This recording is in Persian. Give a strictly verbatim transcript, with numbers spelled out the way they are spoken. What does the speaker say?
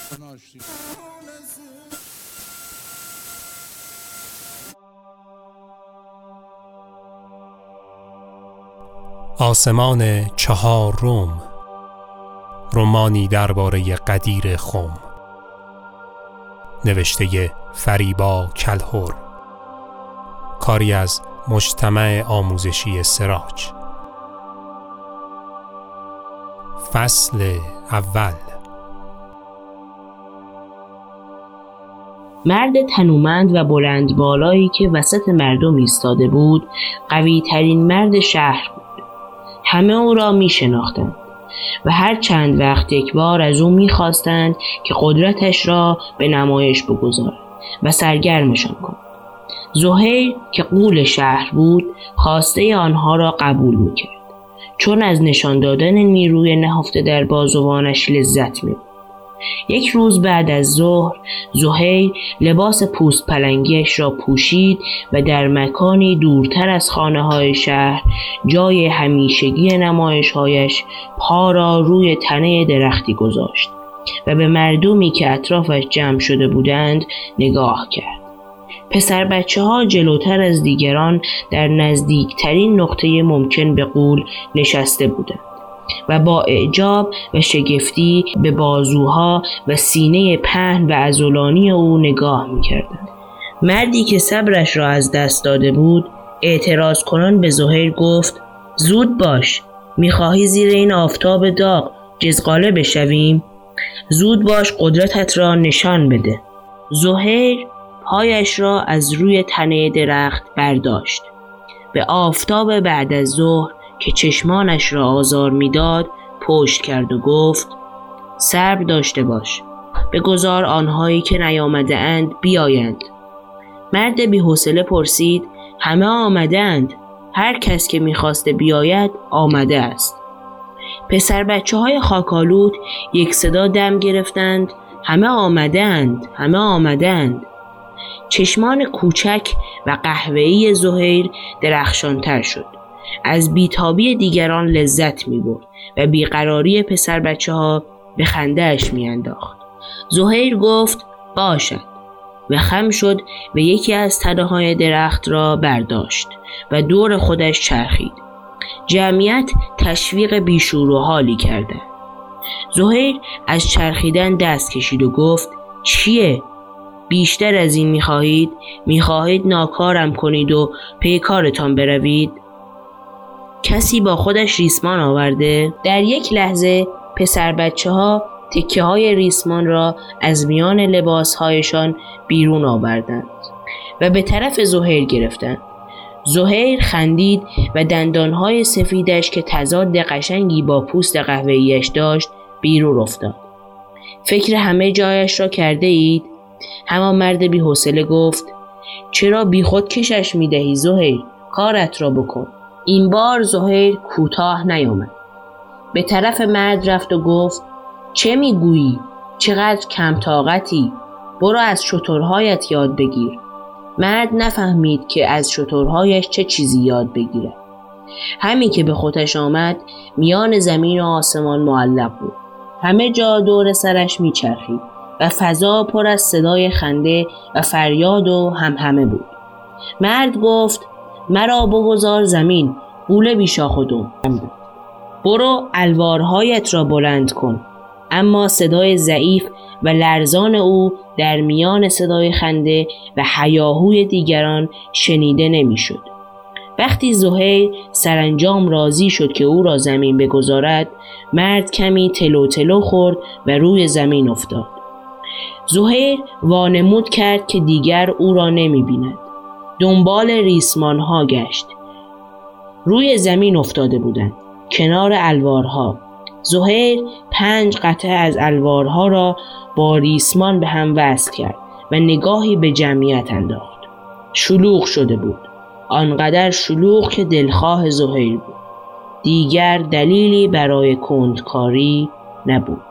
آسمان چهار روم، رمانی درباره قدیر خم، نوشته فریبا کلهر، کاری از مجتمع آموزشی سراج. فصل اول. مرد تنومند و بلند بالایی که وسط مردم ایستاده بود قوی ترین مرد شهر بود. همه او را می شناختند و هر چند وقت یک بار از او می خواستند که قدرتش را به نمایش بگذارد و سرگرمشان کند. زهیر که غول شهر بود خواسته آنها را قبول می کرد، چون از نشان دادن نیروی نهفته در بازوانش لذت می برد. یک روز بعد از ظهر زهیر لباس پوست پلنگیش را پوشید و در مکانی دورتر از خانه های شهر جای همیشگی نمایش هایش پا را روی تنه درختی گذاشت و به مردمی که اطرافش جمع شده بودند نگاه کرد. پسر بچه ها جلوتر از دیگران در نزدیکترین نقطه ممکن به غول نشسته بودند و با اعجاب و شگفتی به بازوها و سینه پهن و عضلانی او نگاه می‌کردند. مردی که صبرش را از دست داده بود اعتراض کنان به زهیر گفت: زود باش، می‌خواهی زیر این آفتاب داغ جزغاله بشویم؟ زود باش، قدرتت را نشان بده. زهیر پایش را از روی تنه درخت برداشت. به آفتاب بعد از ظهر که چشمانش را آزار می‌داد پشت کرد و گفت: صبر داشته باش، بگذار آنهایی که نیامده اند بیایند. مرد بی‌حوصله پرسید: همه آمده اند؟ هر کس که می‌خواسته بیاید آمده است. پسر بچه های خاکالود یک صدا دم گرفتند: همه آمده اند، همه آمده اند. چشمان کوچک و قهوه‌ای زهیر درخشانتر شد. از بیتابی دیگران لذت می برد و بیقراری پسر بچه ها به خندهش می انداخت. زهیر گفت: باشد و خم شد و یکی از تنه های درخت را برداشت و دور خودش چرخید. جمعیت تشویق بیشور و حالی کرده. زهیر از چرخیدن دست کشید و گفت: چیه؟ بیشتر از این می خواهید؟ می خواهید ناکارم کنید و پی کارتان بروید؟ کسی با خودش ریسمان آورده؟ در یک لحظه پسر بچه ها تکه های ریسمان را از میان لباس هایشان بیرون آوردند و به طرف زهیر گرفتند. زهیر خندید و دندان های سفیدش که تضاد قشنگی با پوست قهوه‌ایش داشت بیرون افتاد. فکر همه جایش را کرده اید؟ همان مرد بی حوصله گفت: چرا بی خود کشش می دهی زهیر؟ کارت را بکن. این بار زهیر کوتاه نیامد. به طرف مرد رفت و گفت: چه میگویی؟ چقدر کم طاقتی؟ برو از شترهایت یاد بگیر. مرد نفهمید که از شترهایش چه چیزی یاد بگیرد. همین که به خودش آمد میان زمین و آسمان معلق بود. همه جا دور سرش میچرخید و فضا پر از صدای خنده و فریاد و همهمه بود. مرد گفت: مرا بگذار زمین، غول بیشاخ و دم. برو الوارهایت را بلند کن. اما صدای ضعیف و لرزان او در میان صدای خنده و هیاهوی دیگران شنیده نمیشد. وقتی زهیر سرانجام راضی شد که او را زمین بگذارد، مرد کمی تلو تلو خورد و روی زمین افتاد. زهیر وانمود کرد که دیگر او را نمی بیند. دنبال ریسمان ها گشت. روی زمین افتاده بودند، کنار الوارها. زهیر پنج قطعه از الوارها را با ریسمان به هم وصل کرد و نگاهی به جمعیت انداخت. شلوغ شده بود، آنقدر شلوغ که دلخواه زهیر بود. دیگر دلیلی برای کندکاری نبود.